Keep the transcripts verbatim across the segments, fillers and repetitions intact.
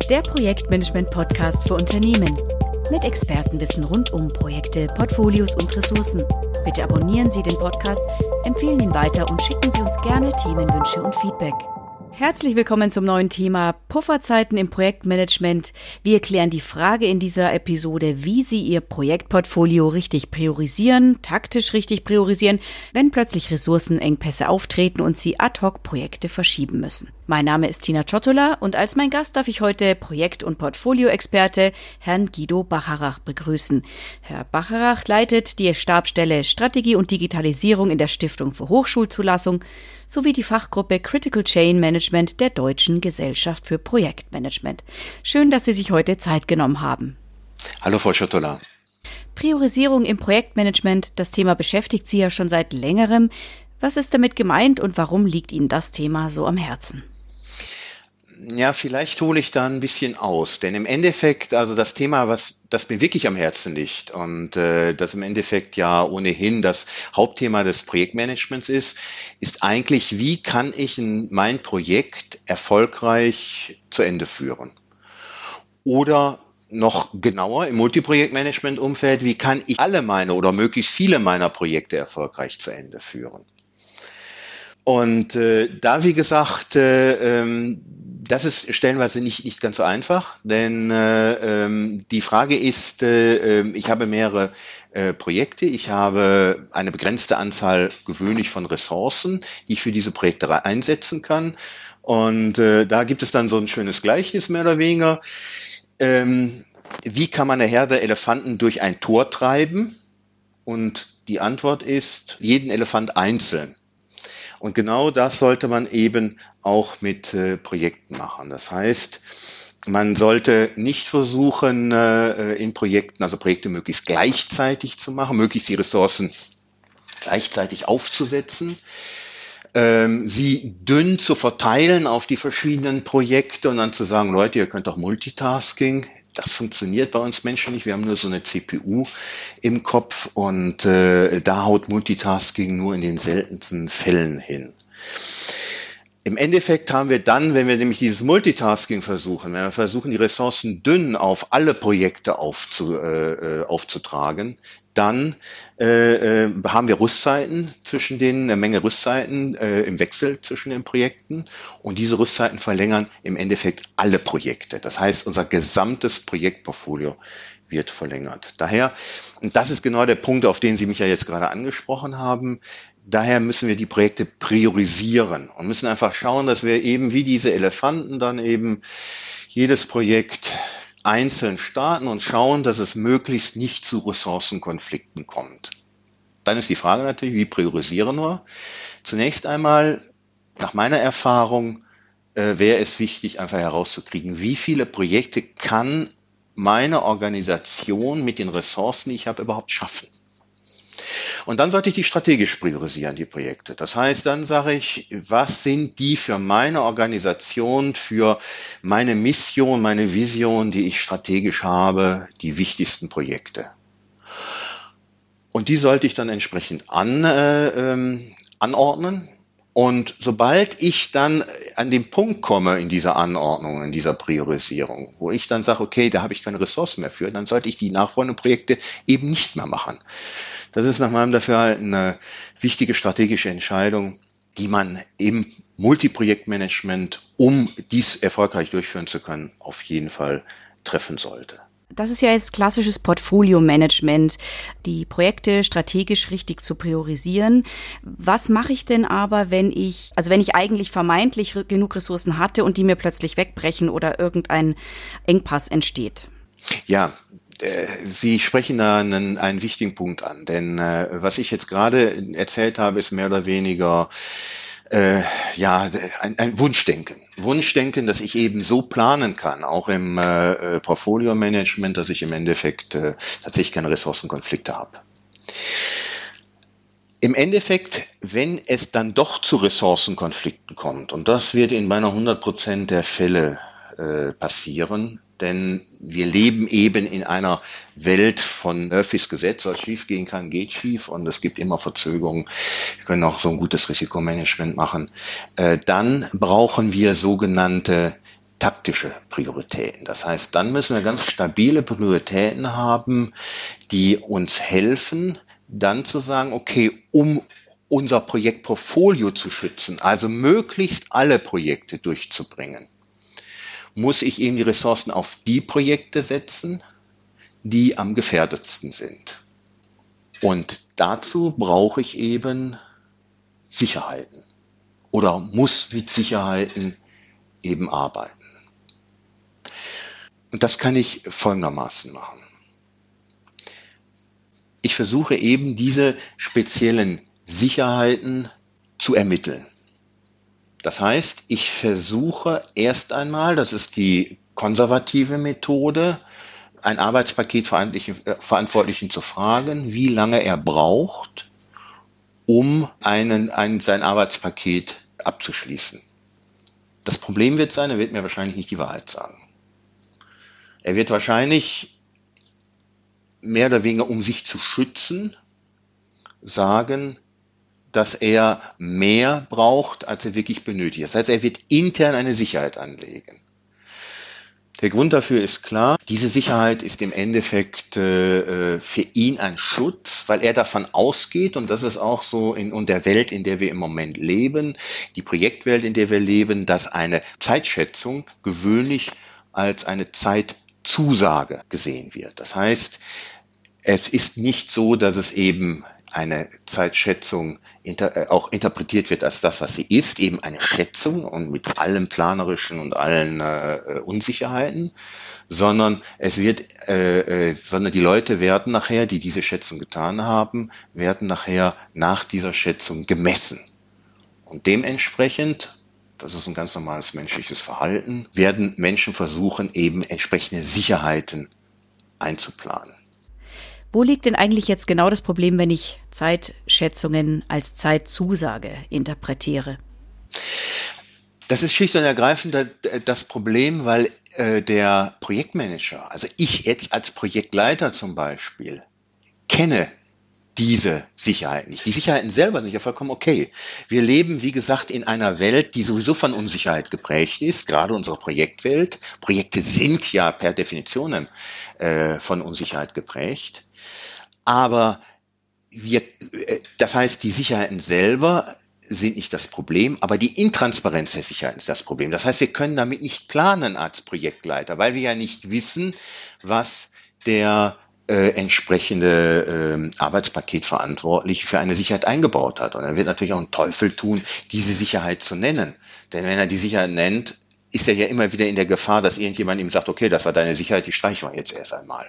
der Projektmanagement-Podcast für Unternehmen. Mit Expertenwissen rund um Projekte, Portfolios und Ressourcen. Bitte abonnieren Sie den Podcast, empfehlen ihn weiter und schicken Sie uns gerne Themenwünsche und Feedback. Herzlich willkommen zum neuen Thema Pufferzeiten im Projektmanagement. Wir klären die Frage in dieser Episode, wie Sie Ihr Projektportfolio richtig priorisieren, taktisch richtig priorisieren, wenn plötzlich Ressourcenengpässe auftreten und Sie ad hoc Projekte verschieben müssen. Mein Name ist Tina Czottola und als mein Gast darf ich heute Projekt- und Portfolioexperte Herrn Guido Bacharach begrüßen. Herr Bacharach leitet die Stabsstelle Strategie und Digitalisierung in der Stiftung für Hochschulzulassung sowie die Fachgruppe Critical Chain Management der Deutschen Gesellschaft für Projektmanagement. Schön, dass Sie sich heute Zeit genommen haben. Hallo Frau Czottola. Priorisierung im Projektmanagement, das Thema beschäftigt Sie ja schon seit längerem. Was ist damit gemeint und warum liegt Ihnen das Thema so am Herzen? Ja, vielleicht hole ich da ein bisschen aus, denn im Endeffekt, also das Thema, was das mir wirklich am Herzen liegt und äh, das im Endeffekt ja ohnehin das Hauptthema des Projektmanagements ist, ist eigentlich, wie kann ich ein, mein Projekt erfolgreich zu Ende führen? Oder noch genauer im Multiprojektmanagement-Umfeld, wie kann ich alle meine oder möglichst viele meiner Projekte erfolgreich zu Ende führen? Und äh, da, wie gesagt, äh, ähm, das ist stellenweise nicht, nicht ganz so einfach, denn äh, ähm, die Frage ist, äh, ich habe mehrere äh, Projekte, ich habe eine begrenzte Anzahl gewöhnlich von Ressourcen, die ich für diese Projekte einsetzen kann. Und äh, da gibt es dann so ein schönes Gleichnis mehr oder weniger. Ähm, wie kann man eine Herde Elefanten durch ein Tor treiben? Und die Antwort ist, jeden Elefant einzeln. Und genau das sollte man eben auch mit äh, Projekten machen. Das heißt, man sollte nicht versuchen, äh, in Projekten, also Projekte möglichst gleichzeitig zu machen, möglichst die Ressourcen gleichzeitig aufzusetzen, ähm, sie dünn zu verteilen auf die verschiedenen Projekte und dann zu sagen, Leute, ihr könnt doch Multitasking. Das funktioniert bei uns Menschen nicht. Wir haben nur so eine C P U im Kopf und äh, da haut Multitasking nur in den seltensten Fällen hin. Im Endeffekt haben wir dann, wenn wir nämlich dieses Multitasking versuchen, wenn wir versuchen, die Ressourcen dünn auf alle Projekte aufzu, äh, aufzutragen, dann äh, haben wir Rüstzeiten zwischen den, eine Menge Rüstzeiten äh, im Wechsel zwischen den Projekten und diese Rüstzeiten verlängern im Endeffekt alle Projekte. Das heißt, unser gesamtes Projektportfolio wird verlängert. Daher, und das ist genau der Punkt, auf den Sie mich ja jetzt gerade angesprochen haben, daher müssen wir die Projekte priorisieren und müssen einfach schauen, dass wir eben wie diese Elefanten dann eben jedes Projekt einzeln starten und schauen, dass es möglichst nicht zu Ressourcenkonflikten kommt. Dann ist die Frage natürlich, wie priorisieren wir? Zunächst einmal, nach meiner Erfahrung, äh, wäre es wichtig, einfach herauszukriegen, wie viele Projekte kann meine Organisation mit den Ressourcen, die ich habe, überhaupt schaffen. Und dann sollte ich die strategisch priorisieren, die Projekte. Das heißt, dann sage ich, was sind die für meine Organisation, für meine Mission, meine Vision, die ich strategisch habe, die wichtigsten Projekte. Und die sollte ich dann entsprechend an, äh, ähm, anordnen. Und sobald ich dann an den Punkt komme in dieser Anordnung, in dieser Priorisierung, wo ich dann sage, okay, da habe ich keine Ressourcen mehr für, dann sollte ich die nachfolgenden Projekte eben nicht mehr machen. Das ist nach meinem Dafürhalten eine wichtige strategische Entscheidung, die man im Multiprojektmanagement, um dies erfolgreich durchführen zu können, auf jeden Fall treffen sollte. Das ist ja jetzt klassisches Portfolio-Management, die Projekte strategisch richtig zu priorisieren. Was mache ich denn aber, wenn ich, also wenn ich eigentlich vermeintlich genug Ressourcen hatte und die mir plötzlich wegbrechen oder irgendein Engpass entsteht? Ja, Sie sprechen da einen, einen wichtigen Punkt an, denn äh, was ich jetzt gerade erzählt habe, ist mehr oder weniger äh, ja ein, ein Wunschdenken. Wunschdenken, dass ich eben so planen kann, auch im äh, Portfolio-Management, dass ich im Endeffekt äh, tatsächlich keine Ressourcenkonflikte habe. Im Endeffekt, wenn es dann doch zu Ressourcenkonflikten kommt, und das wird in meiner hundert Prozent der Fälle äh, passieren, denn wir leben eben in einer Welt von Murphys Gesetz, was schief gehen kann, geht schief und es gibt immer Verzögerungen. Wir können auch so ein gutes Risikomanagement machen. Äh, dann brauchen wir sogenannte taktische Prioritäten. Das heißt, dann müssen wir ganz stabile Prioritäten haben, die uns helfen, dann zu sagen, okay, um unser Projektportfolio zu schützen, also möglichst alle Projekte durchzubringen, muss ich eben die Ressourcen auf die Projekte setzen, die am gefährdetsten sind. Und dazu brauche ich eben Sicherheiten oder muss mit Sicherheiten eben arbeiten. Und das kann ich folgendermaßen machen. Ich versuche eben diese speziellen Sicherheiten zu ermitteln. Das heißt, ich versuche erst einmal, das ist die konservative Methode, ein Arbeitspaket Verantwortlichen zu fragen, wie lange er braucht, um einen, ein, sein Arbeitspaket abzuschließen. Das Problem wird sein, er wird mir wahrscheinlich nicht die Wahrheit sagen. Er wird wahrscheinlich mehr oder weniger, um sich zu schützen, sagen, dass er mehr braucht, als er wirklich benötigt. Das heißt, er wird intern eine Sicherheit anlegen. Der Grund dafür ist klar, diese Sicherheit ist im Endeffekt äh, für ihn ein Schutz, weil er davon ausgeht, und das ist auch so in, in der Welt, in der wir im Moment leben, die Projektwelt, in der wir leben, dass eine Zeitschätzung gewöhnlich als eine Zeitzusage gesehen wird. Das heißt, es ist nicht so, dass es eben eine Zeitschätzung inter, äh, auch interpretiert wird als das, was sie ist, eben eine Schätzung und mit allem Planerischen und allen äh, Unsicherheiten, sondern es wird, äh, äh, sondern die Leute werden nachher, die diese Schätzung getan haben, werden nachher nach dieser Schätzung gemessen. Und dementsprechend, das ist ein ganz normales menschliches Verhalten, werden Menschen versuchen, eben entsprechende Sicherheiten einzuplanen. Wo liegt denn eigentlich jetzt genau das Problem, wenn ich Zeitschätzungen als Zeitzusage interpretiere? Das ist schlicht und ergreifend das Problem, weil äh, der Projektmanager, also ich jetzt als Projektleiter zum Beispiel, kenne diese Sicherheiten nicht. Die Sicherheiten selber sind ja vollkommen okay. Wir leben, wie gesagt, in einer Welt, die sowieso von Unsicherheit geprägt ist, gerade unsere Projektwelt. Projekte sind ja per Definition äh, von Unsicherheit geprägt. Aber wir, das heißt, die Sicherheiten selber sind nicht das Problem, aber die Intransparenz der Sicherheiten ist das Problem. Das heißt, wir können damit nicht planen als Projektleiter, weil wir ja nicht wissen, was der äh, entsprechende äh, Arbeitspaketverantwortliche für eine Sicherheit eingebaut hat. Und er wird natürlich auch einen Teufel tun, diese Sicherheit zu nennen. Denn wenn er die Sicherheit nennt, ist er ja immer wieder in der Gefahr, dass irgendjemand ihm sagt, okay, das war deine Sicherheit, die streichen wir jetzt erst einmal.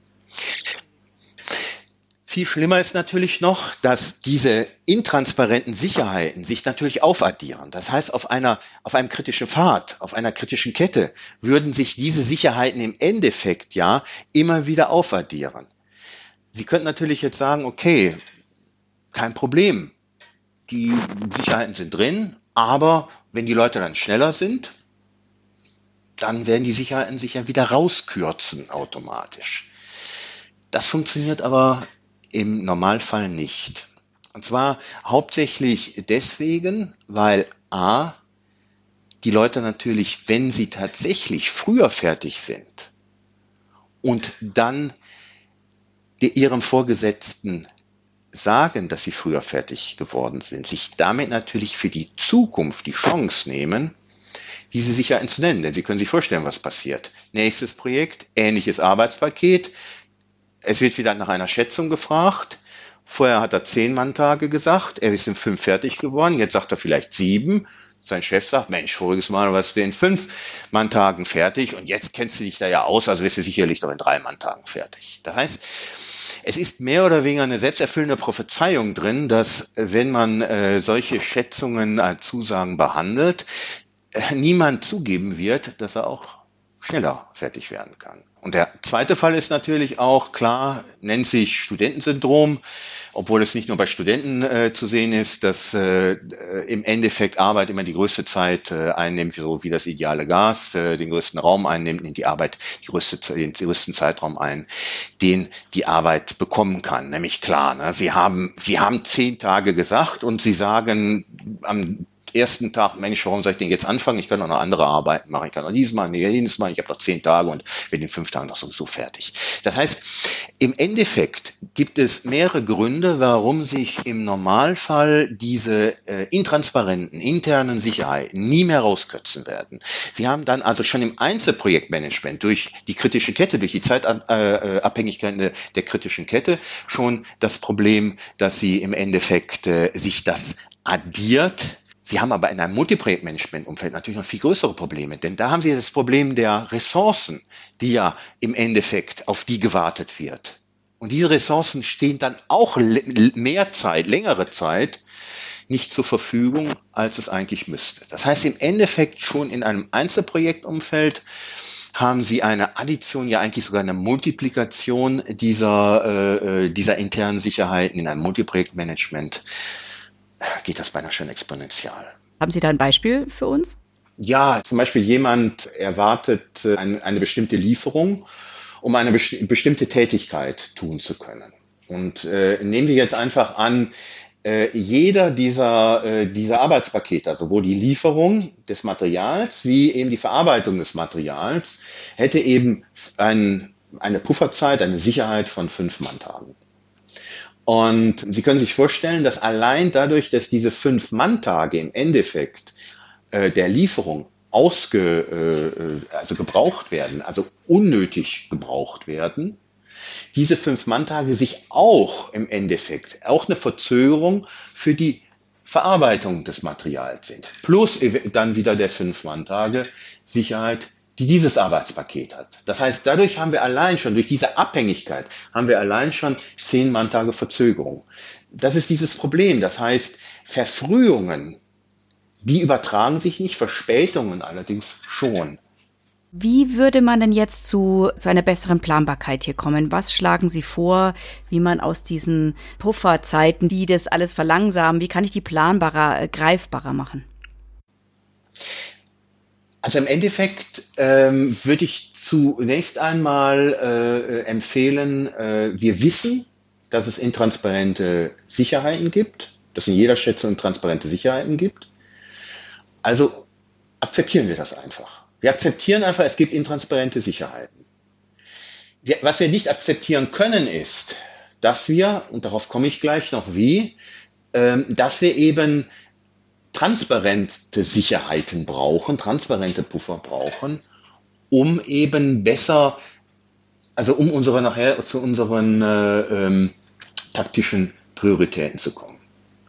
Viel schlimmer ist natürlich noch, dass diese intransparenten Sicherheiten sich natürlich aufaddieren. Das heißt, auf einer, auf einem kritischen Pfad, auf einer kritischen Kette würden sich diese Sicherheiten im Endeffekt ja immer wieder aufaddieren. Sie könnten natürlich jetzt sagen, okay, kein Problem. Die Sicherheiten sind drin, aber wenn die Leute dann schneller sind, dann werden die Sicherheiten sich ja wieder rauskürzen automatisch. Das funktioniert aber im Normalfall nicht. Und zwar hauptsächlich deswegen, weil a, die Leute natürlich, wenn sie tatsächlich früher fertig sind und dann ihrem Vorgesetzten sagen, dass sie früher fertig geworden sind, sich damit natürlich für die Zukunft die Chance nehmen, diese Sicherheiten zu nennen. Denn Sie können sich vorstellen, was passiert. Nächstes Projekt, ähnliches Arbeitspaket. Es wird wieder nach einer Schätzung gefragt. Vorher hat er zehn Manntage gesagt, er ist in fünf fertig geworden, jetzt sagt er vielleicht sieben. Sein Chef sagt, Mensch, voriges Mal warst du in fünf Manntagen fertig und jetzt kennst du dich da ja aus, also wirst du sicherlich doch in drei Manntagen fertig. Das heißt, es ist mehr oder weniger eine selbsterfüllende Prophezeiung drin, dass wenn man äh, solche Schätzungen als Zusagen behandelt, äh, niemand zugeben wird, dass er auch schneller fertig werden kann. Und der zweite Fall ist natürlich auch, klar, nennt sich Studentensyndrom, obwohl es nicht nur bei Studenten äh, zu sehen ist, dass äh, im Endeffekt Arbeit immer die größte Zeit äh, einnimmt, so wie das ideale Gas, äh, den größten Raum einnimmt, nimmt die Arbeit die größte, den größten Zeitraum ein, den die Arbeit bekommen kann. Nämlich klar, ne, Sie haben, Sie haben zehn Tage gesagt und Sie sagen am ersten Tag, Mensch, warum soll ich denn jetzt anfangen? Ich kann auch noch andere Arbeiten machen. Ich kann noch dieses machen, jenes machen. Ich habe noch zehn Tage und bin in fünf Tagen noch sowieso fertig. Das heißt, im Endeffekt gibt es mehrere Gründe, warum sich im Normalfall diese äh, intransparenten internen Sicherheiten nie mehr rauskürzen werden. Sie haben dann also schon im Einzelprojektmanagement durch die kritische Kette, durch die Zeitabhängigkeit äh, der kritischen Kette schon das Problem, dass sie im Endeffekt äh, sich das addiert. Sie haben aber in einem Multiprojektmanagement-Umfeld natürlich noch viel größere Probleme, denn da haben Sie das Problem der Ressourcen, die ja im Endeffekt auf die gewartet wird. Und diese Ressourcen stehen dann auch mehr Zeit, längere Zeit nicht zur Verfügung, als es eigentlich müsste. Das heißt, im Endeffekt schon in einem Einzelprojektumfeld haben Sie eine Addition, ja eigentlich sogar eine Multiplikation dieser, äh, dieser internen Sicherheiten in einem Multiprojektmanagement. Geht das beinahe schon exponentiell. Haben Sie da ein Beispiel für uns? Ja, zum Beispiel jemand erwartet eine, eine bestimmte Lieferung, um eine besti- bestimmte Tätigkeit tun zu können. Und äh, nehmen wir jetzt einfach an, äh, jeder dieser, äh, dieser Arbeitspakete, sowohl die Lieferung des Materials wie eben die Verarbeitung des Materials, hätte eben ein, eine Pufferzeit, eine Sicherheit von fünf Manntagen. Und Sie können sich vorstellen, dass allein dadurch, dass diese fünf Manntage im Endeffekt äh, der Lieferung ausge, äh, also gebraucht werden, also unnötig gebraucht werden, diese fünf Manntage sich auch im Endeffekt auch eine Verzögerung für die Verarbeitung des Materials sind. Plus dann wieder der fünf Manntage Sicherheit, die dieses Arbeitspaket hat. Das heißt, dadurch haben wir allein schon, durch diese Abhängigkeit, haben wir allein schon zehn Manntage Verzögerung. Das ist dieses Problem. Das heißt, Verfrühungen, die übertragen sich nicht, Verspätungen allerdings schon. Wie würde man denn jetzt zu, zu einer besseren Planbarkeit hier kommen? Was schlagen Sie vor, wie man aus diesen Pufferzeiten, die das alles verlangsamen, wie kann ich die planbarer, äh, greifbarer machen? Also im Endeffekt ähm, würde ich zunächst einmal äh, empfehlen, äh, wir wissen, dass es intransparente Sicherheiten gibt, dass es in jeder Schätzung transparente Sicherheiten gibt. Also akzeptieren wir das einfach. Wir akzeptieren einfach, es gibt intransparente Sicherheiten. Wir, was wir nicht akzeptieren können, ist, dass wir, und darauf komme ich gleich noch wie, ähm, dass wir eben transparente Sicherheiten brauchen, transparente Puffer brauchen, um eben besser, also um unsere nachher zu unseren äh, ähm, taktischen Prioritäten zu kommen.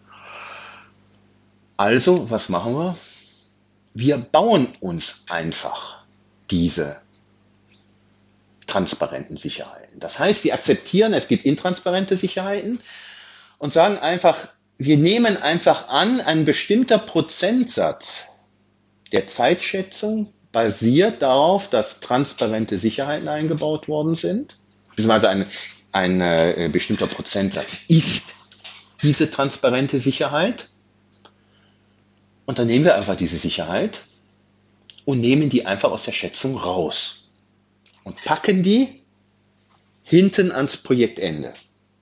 Also, was machen wir? Wir bauen uns einfach diese transparenten Sicherheiten. Das heißt, wir akzeptieren, es gibt intransparente Sicherheiten und sagen einfach, wir nehmen einfach an, ein bestimmter Prozentsatz der Zeitschätzung basiert darauf, dass transparente Sicherheiten eingebaut worden sind. Beziehungsweise ein, ein äh, bestimmter Prozentsatz ist diese transparente Sicherheit. Und dann nehmen wir einfach diese Sicherheit und nehmen die einfach aus der Schätzung raus und packen die hinten ans Projektende.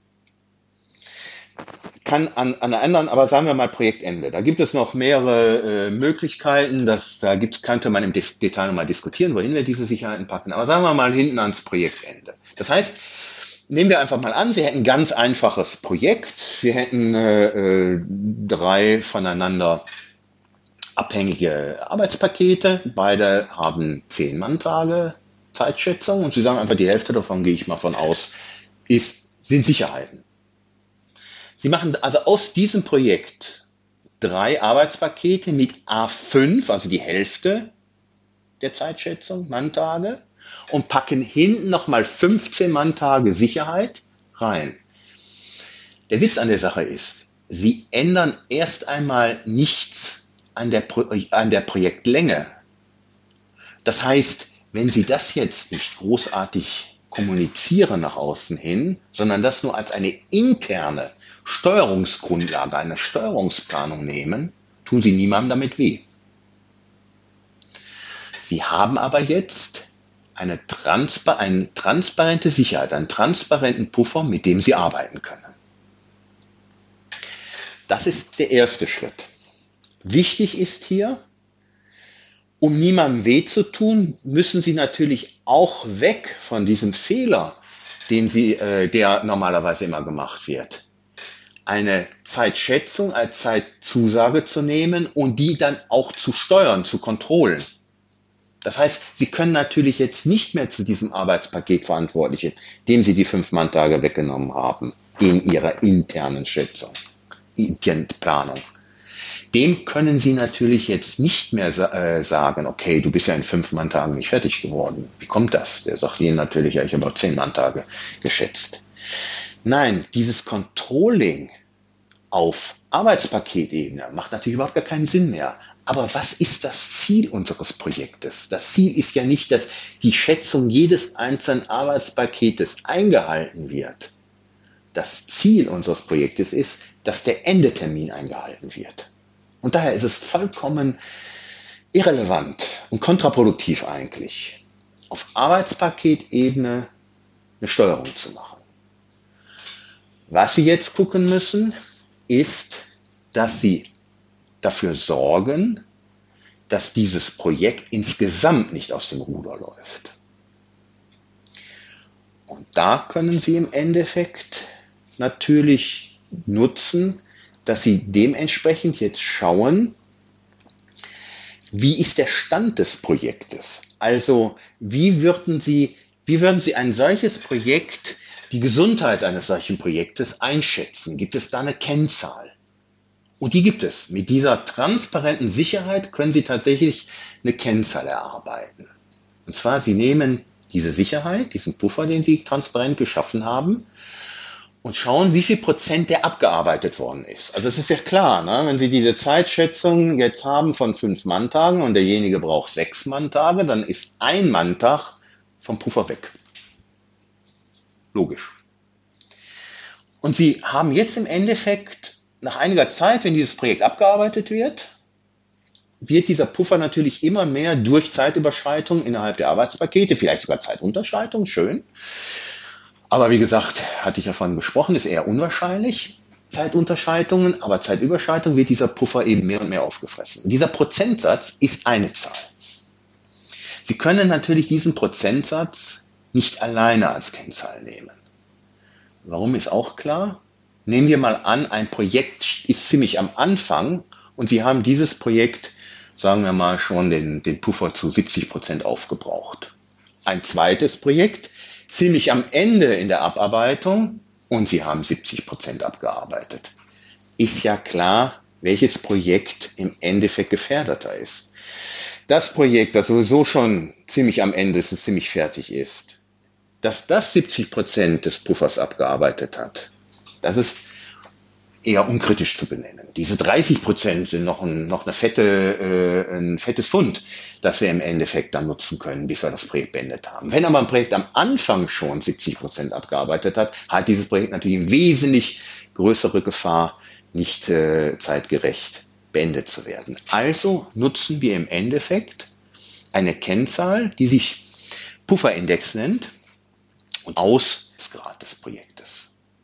Kann an, an einer anderen, aber sagen wir mal Projektende. Da gibt es noch mehrere äh, Möglichkeiten, das, da gibt's, könnte man im Dis- Detail nochmal diskutieren, wohin wir diese Sicherheiten packen. Aber sagen wir mal hinten ans Projektende. Das heißt, nehmen wir einfach mal an, Sie hätten ein ganz einfaches Projekt. Wir hätten äh, drei voneinander abhängige Arbeitspakete. Beide haben zehn Manntage Zeitschätzung und Sie sagen einfach, die Hälfte davon, gehe ich mal von aus, ist, sind Sicherheiten. Sie machen also aus diesem Projekt drei Arbeitspakete mit A fünf, also die Hälfte der Zeitschätzung, Manntage, und packen hinten nochmal fünfzehn Manntage Sicherheit rein. Der Witz an der Sache ist, Sie ändern erst einmal nichts an der, Pro- an der Projektlänge. Das heißt, wenn Sie das jetzt nicht großartig kommunizieren nach außen hin, sondern das nur als eine interne Steuerungsgrundlage, eine Steuerungsplanung nehmen, tun Sie niemandem damit weh. Sie haben aber jetzt eine, Transpa- eine transparente Sicherheit, einen transparenten Puffer, mit dem Sie arbeiten können. Das ist der erste Schritt. Wichtig ist hier, um niemandem weh zu tun, müssen Sie natürlich auch weg von diesem Fehler, den Sie, äh, der normalerweise immer gemacht wird. Eine Zeitschätzung als Zeitzusage zu nehmen und die dann auch zu steuern, zu kontrollen. Das heißt, Sie können natürlich jetzt nicht mehr zu diesem Arbeitspaket Verantwortliche, dem Sie die fünf Manntage weggenommen haben, in Ihrer internen Schätzung, internen Planung. Dem können Sie natürlich jetzt nicht mehr äh, sagen, okay, du bist ja in fünf Manntagen nicht fertig geworden. Wie kommt das? Der sagt Ihnen natürlich, ja, ich habe auch zehn Manntage geschätzt. Nein, dieses Controlling auf Arbeitspaketebene macht natürlich überhaupt gar keinen Sinn mehr. Aber was ist das Ziel unseres Projektes? Das Ziel ist ja nicht, dass die Schätzung jedes einzelnen Arbeitspaketes eingehalten wird. Das Ziel unseres Projektes ist, dass der Endetermin eingehalten wird. Und daher ist es vollkommen irrelevant und kontraproduktiv eigentlich, auf Arbeitspaketebene eine Steuerung zu machen. Was Sie jetzt gucken müssen, ist, dass Sie dafür sorgen, dass dieses Projekt insgesamt nicht aus dem Ruder läuft. Und da können Sie im Endeffekt natürlich nutzen, dass Sie dementsprechend jetzt schauen, wie ist der Stand des Projektes? Also wie würden Sie, wie würden Sie ein solches Projekt, die Gesundheit eines solchen Projektes einschätzen? Gibt es da eine Kennzahl? Und die gibt es. Mit dieser transparenten Sicherheit können Sie tatsächlich eine Kennzahl erarbeiten. Und zwar, Sie nehmen diese Sicherheit, diesen Puffer, den Sie transparent geschaffen haben, und schauen, wie viel Prozent der abgearbeitet worden ist. Also es ist ja klar, ne? Wenn Sie diese Zeitschätzung jetzt haben von fünf Manntagen und derjenige braucht sechs Manntage, dann ist ein Manntag vom Puffer weg. Logisch. Und Sie haben jetzt im Endeffekt nach einiger Zeit, wenn dieses Projekt abgearbeitet wird, wird dieser Puffer natürlich immer mehr durch Zeitüberschreitung innerhalb der Arbeitspakete, vielleicht sogar Zeitunterschreitung, schön. Aber wie gesagt, hatte ich ja vorhin besprochen, ist eher unwahrscheinlich, Zeitunterschreitungen, aber Zeitüberschreitung wird dieser Puffer eben mehr und mehr aufgefressen. Und dieser Prozentsatz ist eine Zahl. Sie können natürlich diesen Prozentsatz nicht alleine als Kennzahl nehmen. Warum ist auch klar? Nehmen wir mal an, ein Projekt ist ziemlich am Anfang und Sie haben dieses Projekt, sagen wir mal, schon den, den Puffer zu siebzig Prozent aufgebraucht. Ein zweites Projekt, ziemlich am Ende in der Abarbeitung und Sie haben siebzig Prozent abgearbeitet. Ist ja klar, welches Projekt im Endeffekt gefährdeter ist. Das Projekt, das sowieso schon ziemlich am Ende ist und ziemlich fertig ist, dass das siebzig Prozent des Puffers abgearbeitet hat, das ist eher unkritisch zu benennen. Diese dreißig Prozent sind noch, ein, noch eine fette, äh, ein fettes Pfund, das wir im Endeffekt dann nutzen können, bis wir das Projekt beendet haben. Wenn aber ein Projekt am Anfang schon siebzig Prozent abgearbeitet hat, hat dieses Projekt natürlich eine wesentlich größere Gefahr, nicht äh, zeitgerecht beendet zu werden. Also nutzen wir im Endeffekt eine Kennzahl, die sich Pufferindex nennt, und Ausgrad des Projektes.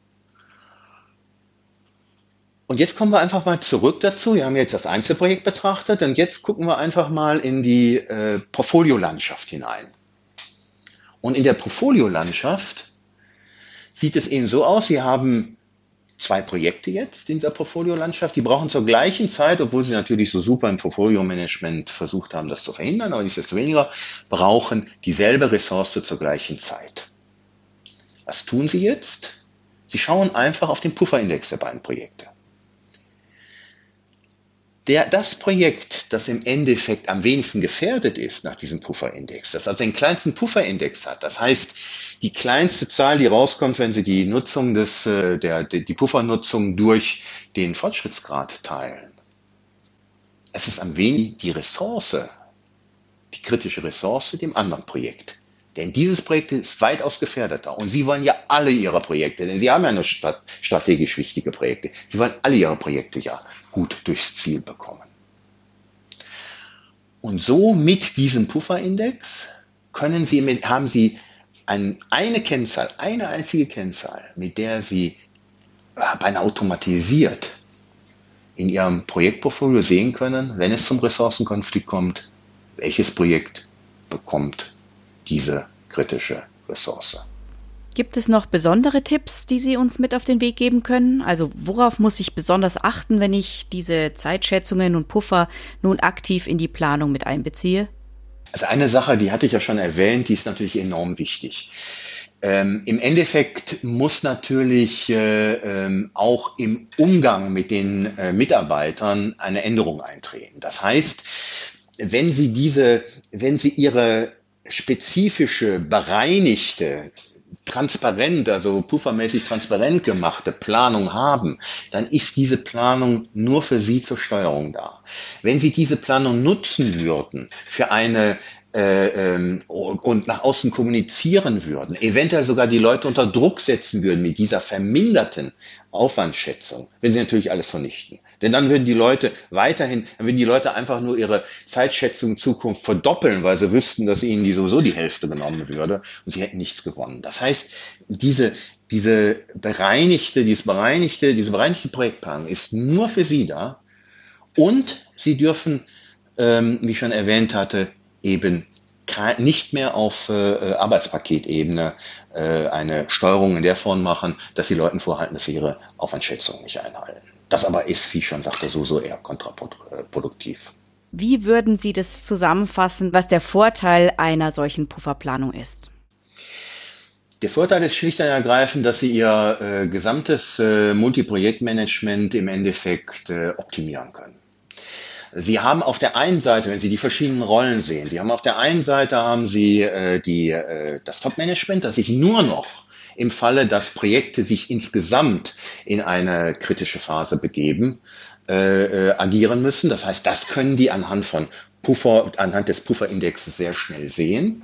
Und jetzt kommen wir einfach mal zurück dazu. Wir haben jetzt das Einzelprojekt betrachtet und jetzt gucken wir einfach mal in die äh, Portfoliolandschaft hinein. Und in der Portfoliolandschaft sieht es eben so aus, Sie haben zwei Projekte jetzt in dieser Portfoliolandschaft, die brauchen zur gleichen Zeit, obwohl sie natürlich so super im Portfolio-Management versucht haben, das zu verhindern, aber nichtsdestoweniger brauchen dieselbe Ressource zur gleichen Zeit. Was tun Sie jetzt? Sie schauen einfach auf den Pufferindex der beiden Projekte. Der, das Projekt, das im Endeffekt am wenigsten gefährdet ist nach diesem Pufferindex, das also den kleinsten Pufferindex hat, das heißt, die kleinste Zahl, die rauskommt, wenn Sie die Nutzung des, der, die Puffernutzung durch den Fortschrittsgrad teilen. Es ist am wenigsten die Ressource, die kritische Ressource dem anderen Projekt. Denn dieses Projekt ist weitaus gefährdeter. Und Sie wollen ja alle Ihre Projekte, denn Sie haben ja nur strategisch wichtige Projekte. Sie wollen alle Ihre Projekte ja gut durchs Ziel bekommen. Und so mit diesem Pufferindex können Sie, haben Sie ein, eine Kennzahl, eine einzige Kennzahl, mit der Sie beinahe automatisiert in Ihrem Projektportfolio sehen können, wenn es zum Ressourcenkonflikt kommt, welches Projekt bekommt diese kritische Ressource. Gibt es noch besondere Tipps, die Sie uns mit auf den Weg geben können? Also worauf muss ich besonders achten, wenn ich diese Zeitschätzungen und Puffer nun aktiv in die Planung mit einbeziehe? Also eine Sache, die hatte ich ja schon erwähnt, die ist natürlich enorm wichtig. Ähm, im Endeffekt muss natürlich äh, ähm, auch im Umgang mit den äh, Mitarbeitern eine Änderung eintreten. Das heißt, wenn Sie diese, wenn Sie Ihre spezifische, bereinigte, transparent, also puffermäßig transparent gemachte Planung haben, dann ist diese Planung nur für Sie zur Steuerung da. Wenn Sie diese Planung nutzen würden für eine äh, ähm, und nach außen kommunizieren würden, eventuell sogar die Leute unter Druck setzen würden mit dieser verminderten Aufwandschätzung, würden Sie natürlich alles vernichten. Denn dann würden die Leute weiterhin, dann würden die Leute einfach nur ihre Zeitschätzung in Zukunft verdoppeln, weil sie wüssten, dass ihnen die sowieso die Hälfte genommen würde und sie hätten nichts gewonnen. Das heißt, diese, diese bereinigte, dieses bereinigte, diese bereinigte Projektplanung ist nur für Sie da und Sie dürfen, ähm, wie ich schon erwähnt hatte, eben nicht mehr auf äh, Arbeitspaketebene äh, eine Steuerung in der Form machen, dass die Leuten vorhalten, dass sie ihre Aufwandschätzung nicht einhalten. Das aber ist, wie ich schon sagte, sowieso eher kontraproduktiv. Wie würden Sie das zusammenfassen, was der Vorteil einer solchen Pufferplanung ist? Der Vorteil ist schlicht und ergreifend, dass Sie Ihr äh, gesamtes äh, Multiprojektmanagement im Endeffekt äh, optimieren können. Sie haben auf der einen Seite, wenn Sie die verschiedenen Rollen sehen, Sie haben auf der einen Seite haben Sie äh, die, äh, das Top-Management, das sich nur noch im Falle, dass Projekte sich insgesamt in eine kritische Phase begeben, äh, äh, agieren müssen. Das heißt, das können die anhand von Puffer, anhand des Pufferindexes sehr schnell sehen.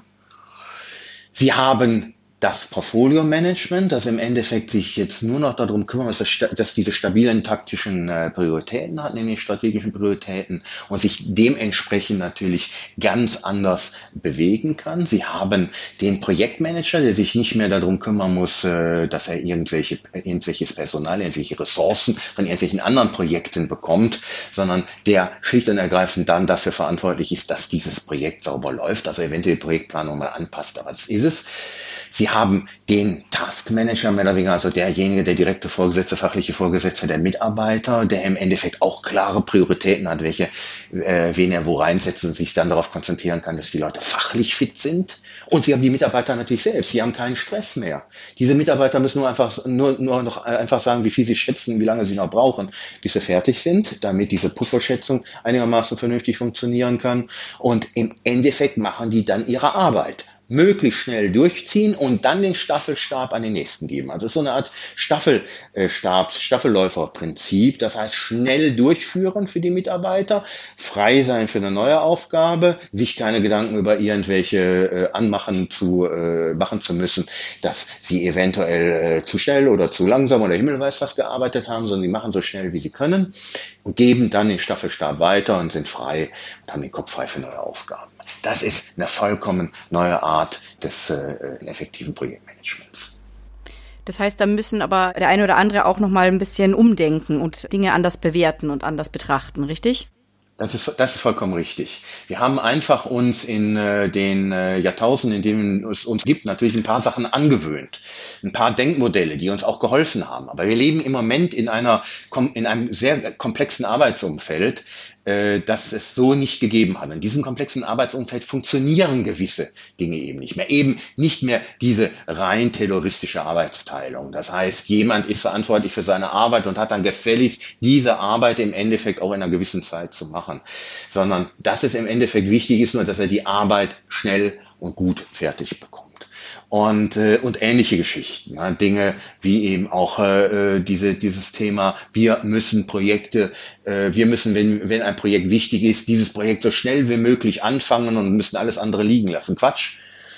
Sie haben das Portfolio-Management, das im Endeffekt sich jetzt nur noch darum kümmert, dass, das, dass diese stabilen taktischen äh, Prioritäten hat, nämlich strategischen Prioritäten und sich dementsprechend natürlich ganz anders bewegen kann. Sie haben den Projektmanager, der sich nicht mehr darum kümmern muss, äh, dass er irgendwelche, irgendwelches Personal, irgendwelche Ressourcen von irgendwelchen anderen Projekten bekommt, sondern der schlicht und ergreifend dann dafür verantwortlich ist, dass dieses Projekt sauber läuft, also eventuell die Projektplanung mal anpasst, aber das ist es. Sie haben den Taskmanager, mehr oder weniger, also derjenige, der direkte Vorgesetzte, fachliche Vorgesetzte der Mitarbeiter, der im Endeffekt auch klare Prioritäten hat, welche, äh, wen er wo reinsetzt und sich dann darauf konzentrieren kann, dass die Leute fachlich fit sind. Und Sie haben die Mitarbeiter natürlich selbst. Sie haben keinen Stress mehr. Diese Mitarbeiter müssen nur einfach, nur, nur noch einfach sagen, wie viel sie schätzen, wie lange sie noch brauchen, bis sie fertig sind, damit diese Pufferschätzung einigermaßen vernünftig funktionieren kann. Und im Endeffekt machen die dann ihre Arbeit. Möglichst schnell durchziehen und dann den Staffelstab an den nächsten geben. Also es ist so eine Art Staffelstab, Staffelläuferprinzip. Das heißt, schnell durchführen für die Mitarbeiter, frei sein für eine neue Aufgabe, sich keine Gedanken über irgendwelche äh, Anmachen zu äh, machen zu müssen, dass sie eventuell äh, zu schnell oder zu langsam oder Himmel weiß was gearbeitet haben, sondern sie machen so schnell, wie sie können und geben dann den Staffelstab weiter und sind frei und haben den Kopf frei für neue Aufgaben. Das ist eine vollkommen neue Art des äh, effektiven Projektmanagements. Das heißt, da müssen aber der eine oder andere auch noch mal ein bisschen umdenken und Dinge anders bewerten und anders betrachten, richtig? Das ist, das ist vollkommen richtig. Wir haben einfach uns in äh, den äh, Jahrtausenden, in denen es uns gibt, natürlich ein paar Sachen angewöhnt. Ein paar Denkmodelle, die uns auch geholfen haben. Aber wir leben im Moment in einer, in einem sehr komplexen Arbeitsumfeld, äh, das es so nicht gegeben hat. In diesem komplexen Arbeitsumfeld funktionieren gewisse Dinge eben nicht mehr. Eben nicht mehr diese rein terroristische Arbeitsteilung. Das heißt, jemand ist verantwortlich für seine Arbeit und hat dann gefälligst diese Arbeit im Endeffekt auch in einer gewissen Zeit zu machen. Sondern dass es im Endeffekt wichtig ist, nur dass er die Arbeit schnell und gut fertig bekommt. Und, äh, und ähnliche Geschichten, ja, Dinge wie eben auch äh, diese, dieses Thema, wir müssen Projekte, äh, wir müssen, wenn, wenn ein Projekt wichtig ist, dieses Projekt so schnell wie möglich anfangen und müssen alles andere liegen lassen. Quatsch.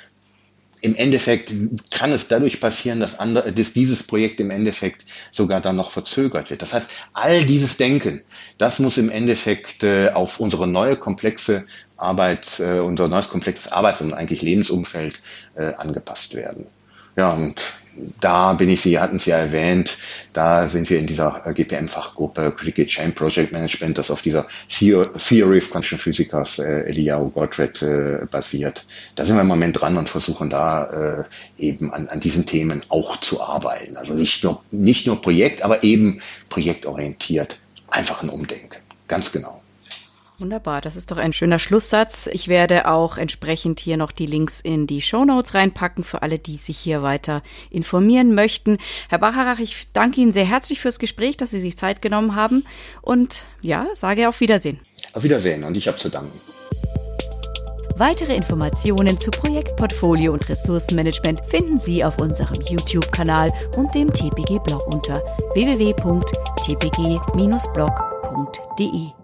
Im Endeffekt kann es dadurch passieren, dass, andere, dass dieses Projekt im Endeffekt sogar dann noch verzögert wird. Das heißt, all dieses Denken, das muss im Endeffekt äh, auf unsere neue komplexe Arbeit, äh, unser neues komplexes Arbeits- und eigentlich Lebensumfeld äh, angepasst werden. Ja, und da bin ich, Sie hatten es ja erwähnt, da sind wir in dieser G P M-Fachgruppe Critical Chain Project Management, das auf dieser Theory of Quantum Physics äh, Eliyahu Goldratt äh, basiert. Da sind wir im Moment dran und versuchen da äh, eben an, an diesen Themen auch zu arbeiten. Also nicht nur, nicht nur Projekt, aber eben projektorientiert. Einfach ein Umdenken. Ganz genau. Wunderbar, das ist doch ein schöner Schlusssatz. Ich werde auch entsprechend hier noch die Links in die Shownotes reinpacken für alle, die sich hier weiter informieren möchten. Herr Bacharach, ich danke Ihnen sehr herzlich fürs Gespräch, dass Sie sich Zeit genommen haben und ja, sage auf Wiedersehen. Auf Wiedersehen und ich habe zu danken. Weitere Informationen zu Projektportfolio und Ressourcenmanagement finden Sie auf unserem YouTube-Kanal und dem T P G-Blog unter w w w punkt t p g Bindestrich blog punkt d e.